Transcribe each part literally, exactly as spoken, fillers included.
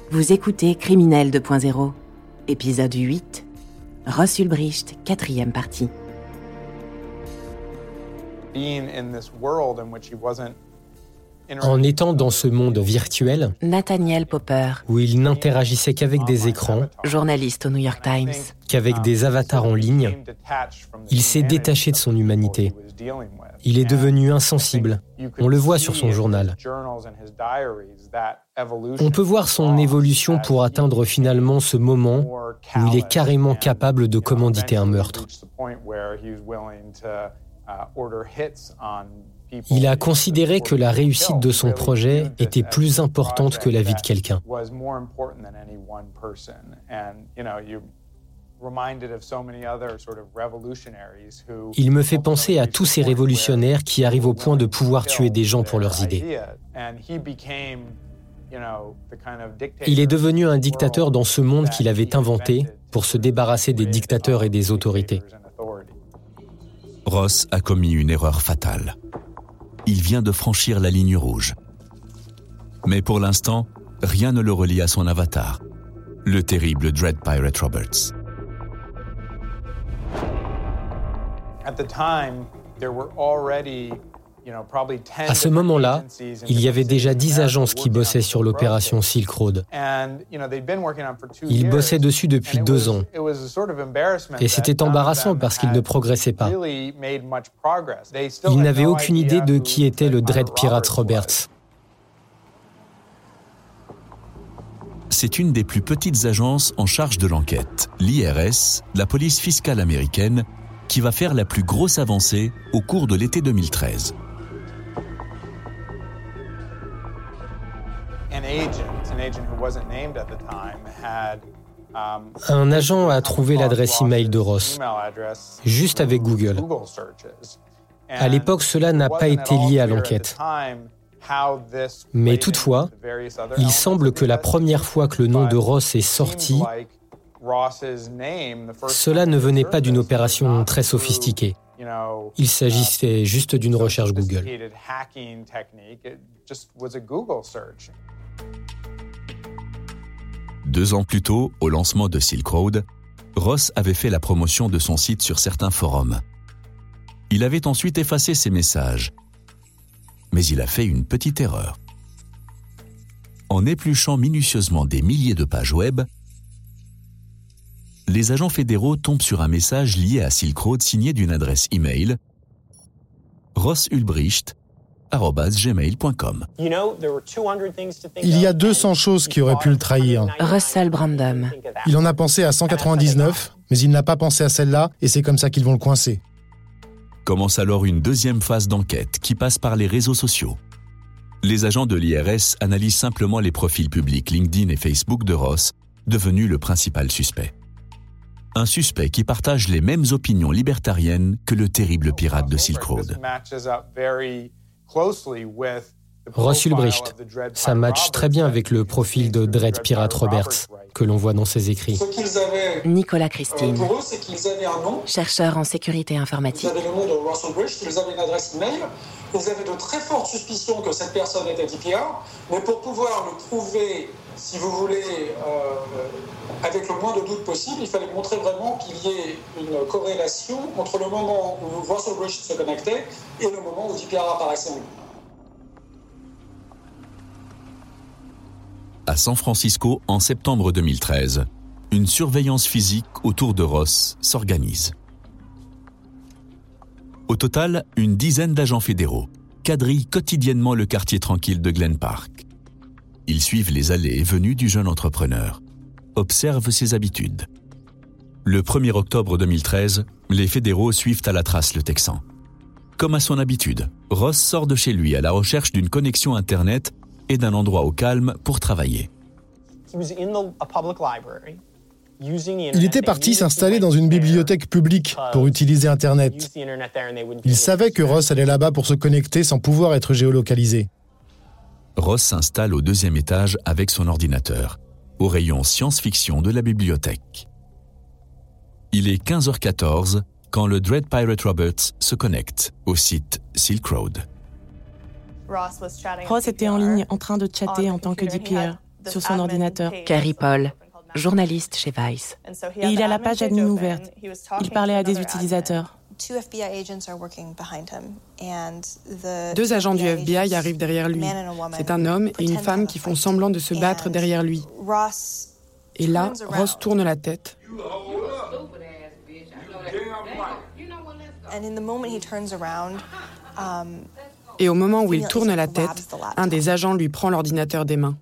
Vous écoutez Criminel deux point zéro, épisode huit, Ross Ulbricht, quatrième partie. En étant dans ce monde virtuel, Nathaniel Popper, où il n'interagissait qu'avec des écrans, journaliste au New York Times, qu'avec des avatars en ligne, il s'est détaché de son humanité. Il est devenu insensible. On le voit sur son journal. On peut voir son évolution pour atteindre finalement ce moment où il est carrément capable de commanditer un meurtre. Il a considéré que la réussite de son projet était plus importante que la vie de quelqu'un. Il me fait penser à tous ces révolutionnaires qui arrivent au point de pouvoir tuer des gens pour leurs idées. Il est devenu un dictateur dans ce monde qu'il avait inventé pour se débarrasser des dictateurs et des autorités. Ross a commis une erreur fatale. Il vient de franchir la ligne rouge. Mais pour l'instant, rien ne le relie à son avatar, le terrible Dread Pirate Roberts. À ce moment-là, il y avait déjà dix agences qui bossaient sur l'opération Silk Road. Ils bossaient dessus depuis deux ans. Et c'était embarrassant parce qu'ils ne progressaient pas. Ils n'avaient aucune idée de qui était le Dread Pirate Roberts. C'est une des plus petites agences en charge de l'enquête, l'I R S, la police fiscale américaine, qui va faire la plus grosse avancée au cours de l'été deux mille treize. Un agent a trouvé l'adresse email de Ross, juste avec Google. À l'époque, cela n'a pas été lié à l'enquête. Mais toutefois, il semble que la première fois que le nom de Ross est sorti, cela ne venait pas d'une opération très sophistiquée. Il s'agissait juste d'une recherche Google. Deux ans plus tôt, au lancement de Silk Road, Ross avait fait la promotion de son site sur certains forums. Il avait ensuite effacé ses messages. Mais il a fait une petite erreur. En épluchant minutieusement des milliers de pages web, les agents fédéraux tombent sur un message lié à Silk Road signé d'une adresse email ross ulbricht arobase gmail point com. Il y a deux cents choses qui auraient pu le trahir. Russell Brandom. Il en a pensé à cent quatre-vingt-dix-neuf, mais il n'a pas pensé à celle-là, et c'est comme ça qu'ils vont le coincer. Commence alors une deuxième phase d'enquête qui passe par les réseaux sociaux. Les agents de l'I R S analysent simplement les profils publics LinkedIn et Facebook de Ross, devenu le principal suspect. Un suspect qui partage les mêmes opinions libertariennes que le terrible pirate de Silk Road. Ross Ulbricht, ça matche très bien avec le profil de Dread Pirate Roberts que l'on voit dans ses écrits. Nicolas Christine, pour eux, c'est qu'ils avaient un nom. chercheur en sécurité informatique. Ils avaient le nom de Ross Ulbricht, ils avaient une adresse email. Ils avaient de très fortes suspicions que cette personne était D P R, mais pour pouvoir le prouver, si vous voulez, euh, avec le moins de doute possible, il fallait montrer vraiment qu'il y ait une corrélation entre le moment où Ross Ulbricht se connectait et le moment où D P R apparaissait en ligne. À San Francisco, en septembre deux mille treize, une surveillance physique autour de Ross s'organise. Au total, une dizaine d'agents fédéraux quadrillent quotidiennement le quartier tranquille de Glen Park. Ils suivent les allées et venues du jeune entrepreneur, observent ses habitudes. Le premier octobre deux mille treize, les fédéraux suivent à la trace le Texan. Comme à son habitude, Ross sort de chez lui à la recherche d'une connexion Internet et d'un endroit au calme pour travailler. Il était parti s'installer dans une bibliothèque publique pour utiliser Internet. Il savait que Ross allait là-bas pour se connecter sans pouvoir être géolocalisé. Ross s'installe au deuxième étage avec son ordinateur, au rayon science-fiction de la bibliothèque. Il est quinze heures quatorze quand le Dread Pirate Roberts se connecte au site Silk Road. Ross était en ligne en train de chatter en tant que D P R. sur son ordinateur. Carrie Paul, journaliste chez Vice. Et il a la page admin ouverte. Il parlait à des utilisateurs. Deux agents du F B I arrivent derrière lui. C'est un homme et une femme qui font semblant de se battre derrière lui. Et là, Ross tourne la tête. Et au moment où il tourne la tête, un des agents lui prend l'ordinateur des mains.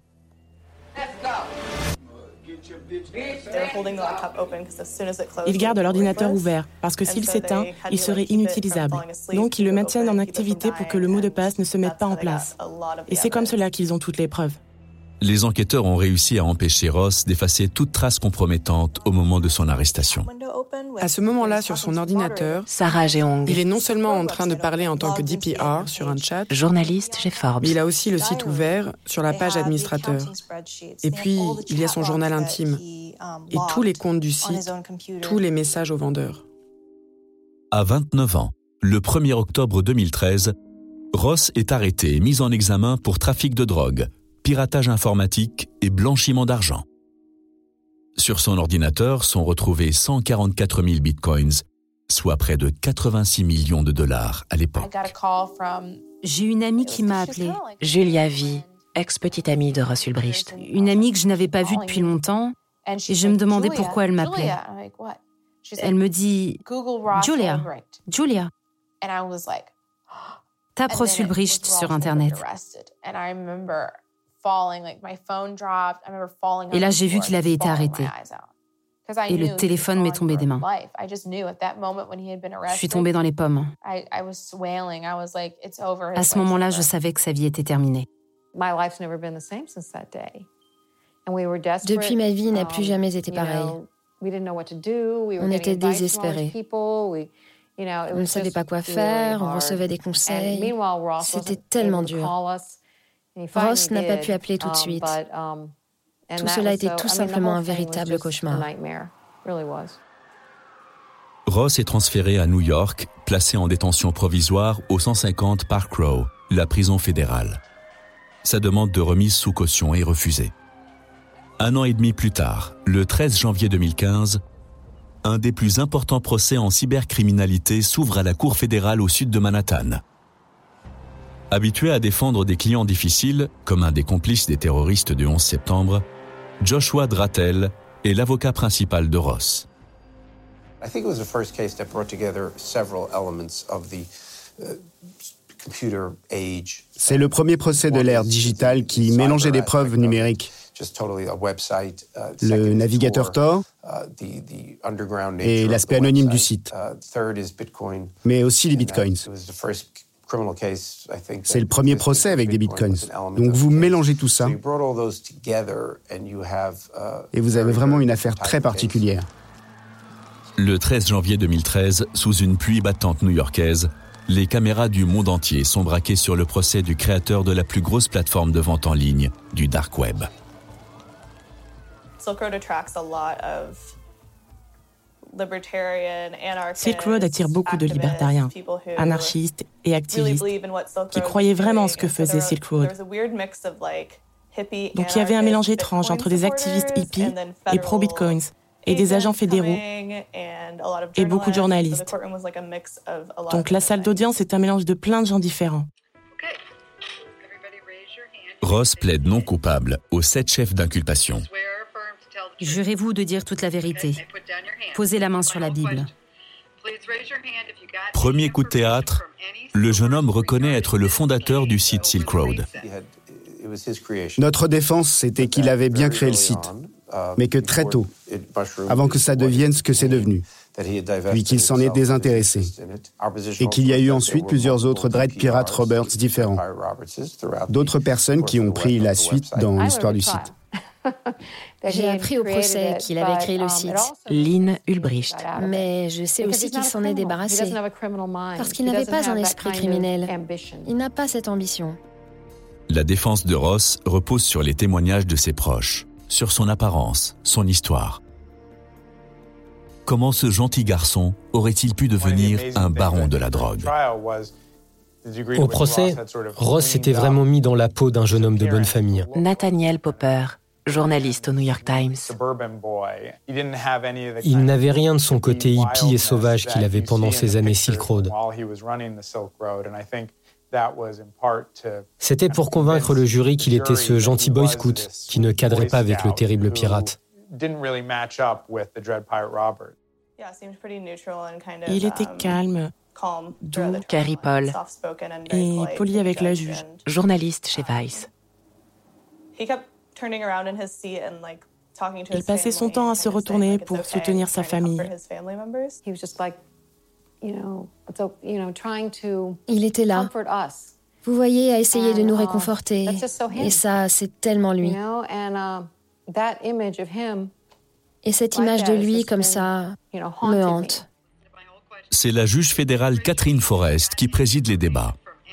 Ils gardent l'ordinateur ouvert, parce que s'il s'éteint, il serait inutilisable. Donc ils le maintiennent en activité pour que le mot de passe ne se mette pas en place. Et c'est comme cela qu'ils ont toutes les preuves. Les enquêteurs ont réussi à empêcher Ross d'effacer toute trace compromettante au moment de son arrestation. À ce moment-là, sur son ordinateur, Sarah Jeong, il est non seulement en train de parler en tant que D P R sur un chat, journaliste chez Forbes. mais il a aussi le site ouvert sur la page administrateur. Et puis, il y a son journal intime et tous les comptes du site, tous les messages aux vendeurs. À vingt-neuf ans, le premier octobre deux mille treize, Ross est arrêté et mis en examen pour trafic de drogue, piratage informatique et blanchiment d'argent. Sur son ordinateur sont retrouvés cent quarante-quatre mille bitcoins, soit près de quatre-vingt-six millions de dollars à l'époque. J'ai une amie qui m'a appelée. Julia V, ex-petite amie de Ross Ulbricht. Une amie que je n'avais pas vue depuis longtemps, et je me demandais pourquoi elle m'appelait. Elle me dit « Julia, Julia, tape Ross Ulbricht sur Internet. » Et là, j'ai vu qu'il avait été arrêté. Et le téléphone m'est tombé des mains. Je suis tombée dans les pommes. À ce moment-là, je savais que sa vie était terminée. Depuis, ma vie n'a plus jamais été pareille. On était désespérés. On ne savait pas quoi faire, on recevait des conseils. C'était tellement dur. Ross n'a pas pu appeler tout de suite. Tout cela était tout simplement un véritable cauchemar. Ross est transféré à New York, placé en détention provisoire au cent cinquante Park Row, la prison fédérale. Sa demande de remise sous caution est refusée. Un an et demi plus tard, le treize janvier deux mille quinze, un des plus importants procès en cybercriminalité s'ouvre à la Cour fédérale au sud de Manhattan. Habitué à défendre des clients difficiles, comme un des complices des terroristes du onze septembre, Joshua Drattel est l'avocat principal de Ross. C'est le premier procès de l'ère digitale qui mélangeait des preuves numériques. Le navigateur Tor et l'aspect anonyme du site, mais aussi les bitcoins. C'est le premier procès avec des bitcoins. Donc vous mélangez tout ça et vous avez vraiment une affaire très particulière. Le treize janvier deux mille treize, sous une pluie battante new-yorkaise, les caméras du monde entier sont braquées sur le procès du créateur de la plus grosse plateforme de vente en ligne, du dark web. Silk Road attire beaucoup de libertariens, anarchistes et activistes qui croyaient vraiment en ce que faisait Silk Road. Donc il y avait un mélange étrange entre des activistes hippies et pro-bitcoins et des agents fédéraux et beaucoup de journalistes. Donc la salle d'audience est un mélange de plein de gens différents. Ross plaide non coupable aux sept chefs d'inculpation. Jurez-vous de dire toute la vérité. Posez la main sur la Bible. Premier coup de théâtre, le jeune homme reconnaît être le fondateur du site Silk Road. Notre défense, c'était qu'il avait bien créé le site, mais que très tôt, avant que ça devienne ce que c'est devenu, puis qu'il s'en est désintéressé, et qu'il y a eu ensuite plusieurs autres Dread Pirate Roberts différents, d'autres personnes qui ont pris la suite dans l'histoire du site. J'ai appris au procès qu'il avait créé le site. Lynn Ulbricht. Mais je sais aussi qu'il s'en est débarrassé, parce qu'il n'avait pas un esprit criminel. Il n'a pas cette ambition. La défense de Ross repose sur les témoignages de ses proches, sur son apparence, son histoire. Comment ce gentil garçon aurait-il pu devenir un baron de la drogue ? Au procès, Ross s'était vraiment mis dans la peau d'un jeune homme de bonne famille. Nathaniel Popper, journaliste au New York Times. Il n'avait rien de son côté hippie et sauvage qu'il avait pendant ses années Silk Road. C'était pour convaincre le jury qu'il était ce gentil boy scout qui ne cadrait pas avec le terrible pirate. Il était calme, doux, Carrie Paul, et poli avec la juge, journaliste chez Vice. Il passait son temps à se retourner pour soutenir sa famille. Il était là. Vous voyez, à essayer de nous réconforter. Et ça, c'est tellement lui. Et cette image de lui comme ça me hante. C'est la juge fédérale Catherine Forrest qui préside les débats.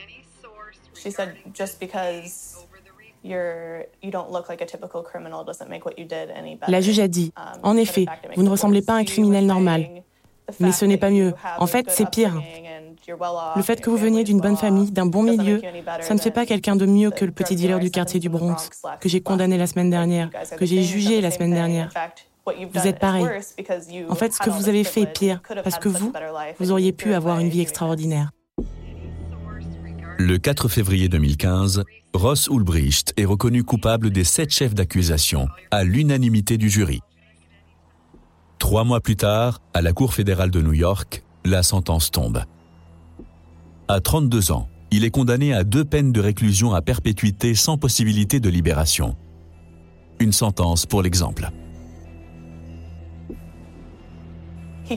La juge a dit, en effet, vous ne ressemblez pas à un criminel normal. Mais ce n'est pas mieux. En fait, c'est pire. Le fait que vous veniez d'une bonne famille, d'un bon milieu, ça ne fait pas quelqu'un de mieux que le petit dealer du quartier du Bronx, que j'ai condamné la semaine dernière, que j'ai jugé la semaine dernière. Vous êtes pareil. En fait, ce que vous avez fait est pire, parce que vous, vous auriez pu avoir une vie extraordinaire. Le quatre février deux mille quinze, Ross Ulbricht est reconnu coupable des sept chefs d'accusation, à l'unanimité du jury. Trois mois plus tard, à la Cour fédérale de New York, la sentence tombe. À trente-deux ans, il est condamné à deux peines de réclusion à perpétuité sans possibilité de libération. Une sentence pour l'exemple. Il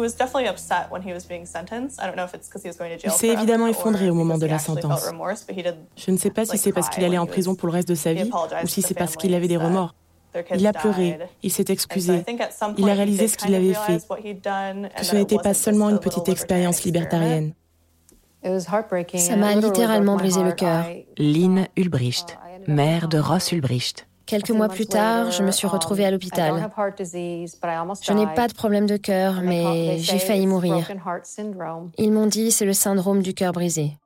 s'est évidemment effondré au moment de la sentence. Je ne sais pas si c'est parce qu'il allait en prison pour le reste de sa vie ou si c'est parce qu'il avait des remords. Il a pleuré, il s'est excusé, il a réalisé ce qu'il avait fait, que ce n'était pas seulement une petite expérience libertarienne. Ça m'a littéralement brisé le cœur. Lynn Ulbricht, mère de Ross Ulbricht. Quelques mois plus tard, je me suis retrouvée à l'hôpital. Je n'ai pas de problème de cœur, mais j'ai failli mourir. Ils m'ont dit c'est le syndrome du cœur brisé.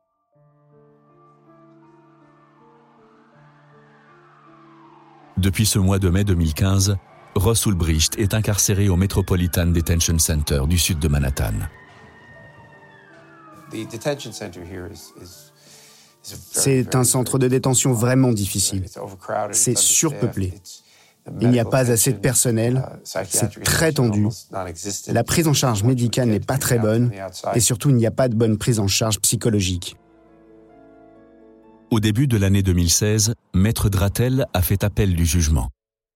Depuis ce mois de mai deux mille quinze, Ross Ulbricht est incarcéré au Metropolitan Detention Center du sud de Manhattan. C'est un centre de détention vraiment difficile. C'est surpeuplé. Il n'y a pas assez de personnel, c'est très tendu. La prise en charge médicale n'est pas très bonne et surtout il n'y a pas de bonne prise en charge psychologique. Au début de l'année deux mille seize, Maître Drattel a fait appel du jugement.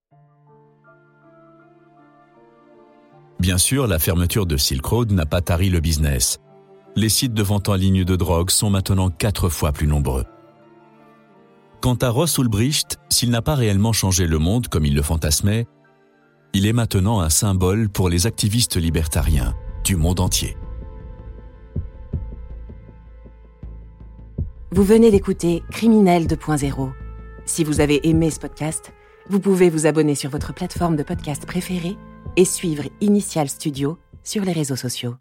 Bien sûr, la fermeture de Silk Road n'a pas tari le business. Les sites de vente en ligne de drogue sont maintenant quatre fois plus nombreux. Quant à Ross Ulbricht, s'il n'a pas réellement changé le monde comme il le fantasmait, il est maintenant un symbole pour les activistes libertariens du monde entier. Vous venez d'écouter Criminel deux point zéro. Si vous avez aimé ce podcast, vous pouvez vous abonner sur votre plateforme de podcast préférée et suivre Initial Studio sur les réseaux sociaux.